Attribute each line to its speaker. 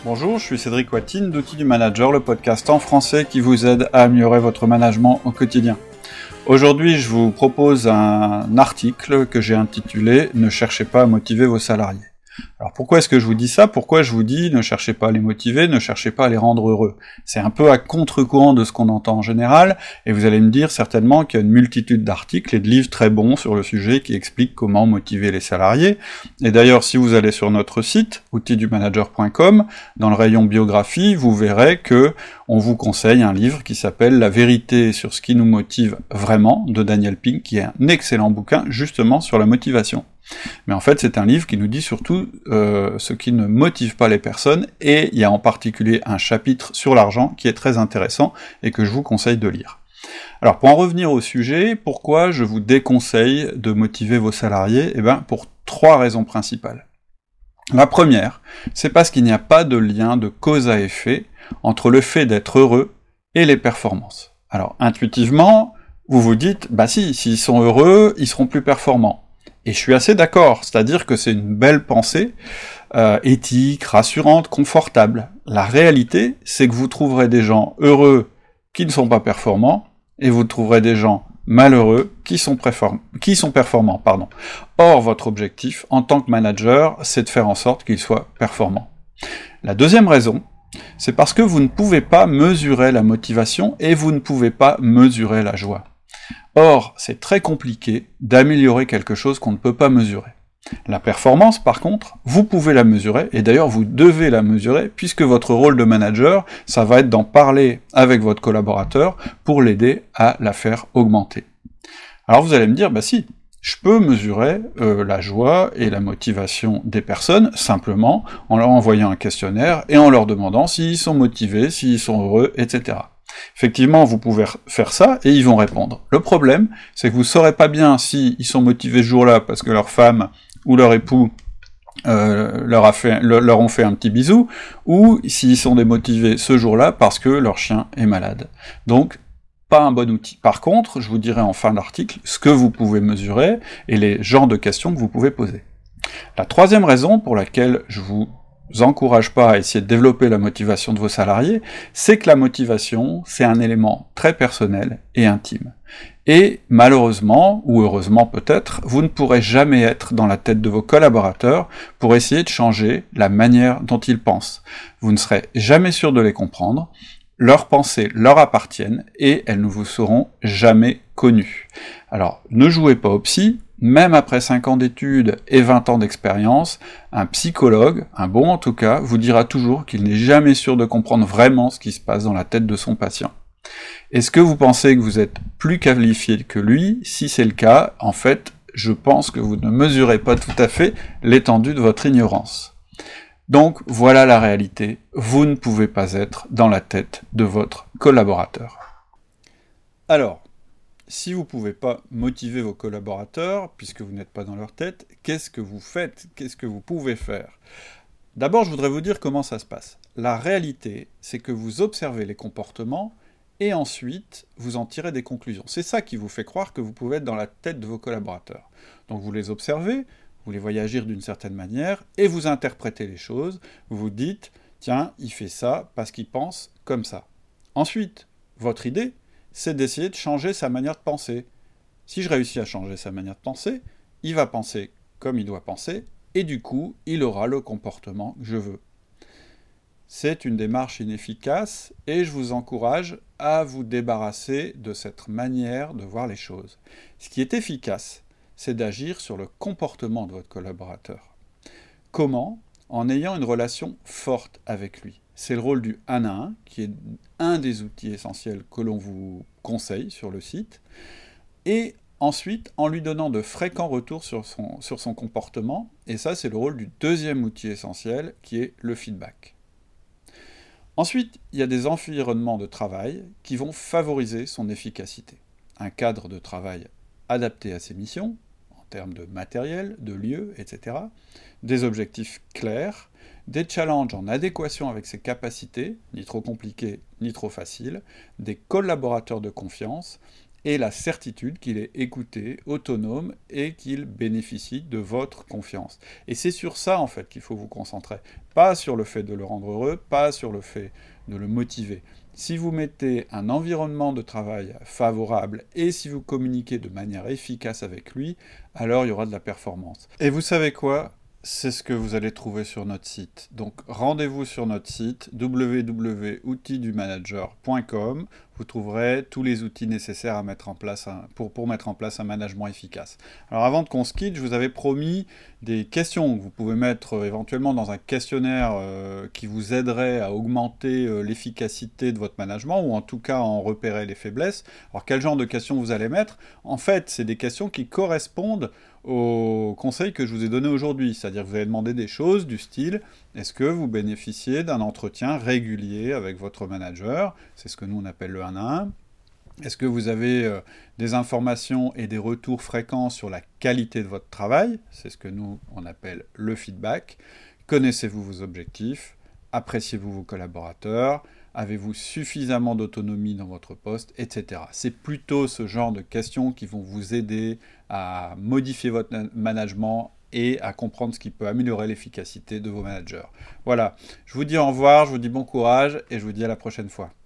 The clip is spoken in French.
Speaker 1: Bonjour, je suis Cédric Watine d'Outils du Manager, le podcast en français qui vous aide à améliorer votre management au quotidien. Aujourd'hui, je vous propose un article que j'ai intitulé « Ne cherchez pas à motiver vos salariés ». Alors pourquoi est-ce que je vous dis ça ? Pourquoi je vous dis ne cherchez pas à les motiver, ne cherchez pas à les rendre heureux ? C'est un peu à contre-courant de ce qu'on entend en général, et vous allez me dire certainement qu'il y a une multitude d'articles et de livres très bons sur le sujet qui expliquent comment motiver les salariés. Et d'ailleurs, si vous allez sur notre site, outildumanager.com, dans le rayon biographie, vous verrez que on vous conseille un livre qui s'appelle « La vérité sur ce qui nous motive vraiment » de Daniel Pink, qui est un excellent bouquin justement sur la motivation. Mais en fait, c'est un livre qui nous dit surtout ce qui ne motive pas les personnes, et il y a en particulier un chapitre sur l'argent qui est très intéressant et que je vous conseille de lire. Alors, pour en revenir au sujet, pourquoi je vous déconseille de motiver vos salariés ? Eh bien, pour 3 raisons principales. La première, c'est parce qu'il n'y a pas de lien de cause à effet entre le fait d'être heureux et les performances. Alors, intuitivement, vous vous dites, bah si, s'ils sont heureux, ils seront plus performants. Et je suis assez d'accord, c'est-à-dire que c'est une belle pensée, éthique, rassurante, confortable. La réalité, c'est que vous trouverez des gens heureux qui ne sont pas performants, et vous trouverez des gens malheureux qui sont performants. Or, votre objectif, en tant que manager, c'est de faire en sorte qu'ils soient performants. La deuxième raison, c'est parce que vous ne pouvez pas mesurer la motivation, et vous ne pouvez pas mesurer la joie. Or, c'est très compliqué d'améliorer quelque chose qu'on ne peut pas mesurer. La performance, par contre, vous pouvez la mesurer, et d'ailleurs vous devez la mesurer, puisque votre rôle de manager, ça va être d'en parler avec votre collaborateur pour l'aider à la faire augmenter. Alors vous allez me dire, bah si, je peux mesurer la joie et la motivation des personnes, simplement en leur envoyant un questionnaire et en leur demandant s'ils sont motivés, s'ils sont heureux, etc. Effectivement, vous pouvez faire ça, et ils vont répondre. Le problème, c'est que vous saurez pas bien s'ils sont motivés ce jour-là parce que leur femme ou leur époux leur ont fait un petit bisou, ou s'ils sont démotivés ce jour-là parce que leur chien est malade. Donc, pas un bon outil. Par contre, je vous dirai en fin d'article ce que vous pouvez mesurer et les genres de questions que vous pouvez poser. La troisième raison pour laquelle je vous encourage pas à essayer de développer la motivation de vos salariés, c'est que la motivation, c'est un élément très personnel et intime. Et malheureusement, ou heureusement peut-être, vous ne pourrez jamais être dans la tête de vos collaborateurs pour essayer de changer la manière dont ils pensent. Vous ne serez jamais sûr de les comprendre, leurs pensées leur appartiennent, et elles ne vous seront jamais connues. Alors, ne jouez pas au psy. Même après 5 ans d'études et 20 ans d'expérience, un psychologue, un bon en tout cas, vous dira toujours qu'il n'est jamais sûr de comprendre vraiment ce qui se passe dans la tête de son patient. Est-ce que vous pensez que vous êtes plus qualifié que lui ? Si c'est le cas, en fait, je pense que vous ne mesurez pas tout à fait l'étendue de votre ignorance. Donc, voilà la réalité, vous ne pouvez pas être dans la tête de votre collaborateur. Alors, si vous ne pouvez pas motiver vos collaborateurs, puisque vous n'êtes pas dans leur tête, qu'est-ce que vous faites ? Qu'est-ce que vous pouvez faire ? D'abord, je voudrais vous dire comment ça se passe. La réalité, c'est que vous observez les comportements, et ensuite, vous en tirez des conclusions. C'est ça qui vous fait croire que vous pouvez être dans la tête de vos collaborateurs. Donc vous les observez, vous les voyez agir d'une certaine manière, et vous interprétez les choses, vous vous dites « Tiens, il fait ça parce qu'il pense comme ça ». Ensuite, votre idée, c'est d'essayer de changer sa manière de penser. Si je réussis à changer sa manière de penser, il va penser comme il doit penser, et du coup, il aura le comportement que je veux. C'est une démarche inefficace, et je vous encourage à vous débarrasser de cette manière de voir les choses. Ce qui est efficace, c'est d'agir sur le comportement de votre collaborateur. Comment ? En ayant une relation forte avec lui. C'est le rôle du 1 à 1, qui est un des outils essentiels que l'on vous conseille sur le site, et ensuite en lui donnant de fréquents retours sur son comportement, et ça c'est le rôle du deuxième outil essentiel, qui est le feedback. Ensuite, il y a des environnements de travail qui vont favoriser son efficacité. Un cadre de travail adapté à ses missions, en termes de matériel, de lieu, etc., des objectifs clairs, des challenges en adéquation avec ses capacités, ni trop compliqués, ni trop faciles, des collaborateurs de confiance, et la certitude qu'il est écouté, autonome et qu'il bénéficie de votre confiance. Et c'est sur ça en fait qu'il faut vous concentrer, pas sur le fait de le rendre heureux, pas sur le fait de le motiver. Si vous mettez un environnement de travail favorable et si vous communiquez de manière efficace avec lui, alors il y aura de la performance. Et vous savez quoi ? C'est ce que vous allez trouver sur notre site. Donc rendez-vous sur notre site www.outildumanager.com. Vous trouverez tous les outils nécessaires à mettre en place pour mettre en place un management efficace. Alors avant qu'on se quitte, je vous avais promis des questions que vous pouvez mettre éventuellement dans un questionnaire qui vous aiderait à augmenter l'efficacité de votre management ou en tout cas à en repérer les faiblesses. Alors quel genre de questions vous allez mettre ? En fait, c'est des questions qui correspondent aux conseils que je vous ai donnés aujourd'hui. C'est-à-dire que vous allez demander des choses du style « Est-ce que vous bénéficiez d'un entretien régulier avec votre manager ?» C'est ce que nous on appelle le 1 à 1. Est-ce que vous avez des informations et des retours fréquents sur la qualité de votre travail? C'est ce que nous on appelle le feedback. Connaissez-vous vos objectifs? Appréciez-vous vos collaborateurs? Avez-vous suffisamment d'autonomie dans votre poste, etc. C'est plutôt ce genre de questions qui vont vous aider à modifier votre management et à comprendre ce qui peut améliorer l'efficacité de vos managers. Voilà, je vous dis au revoir, je vous dis bon courage et je vous dis à la prochaine fois.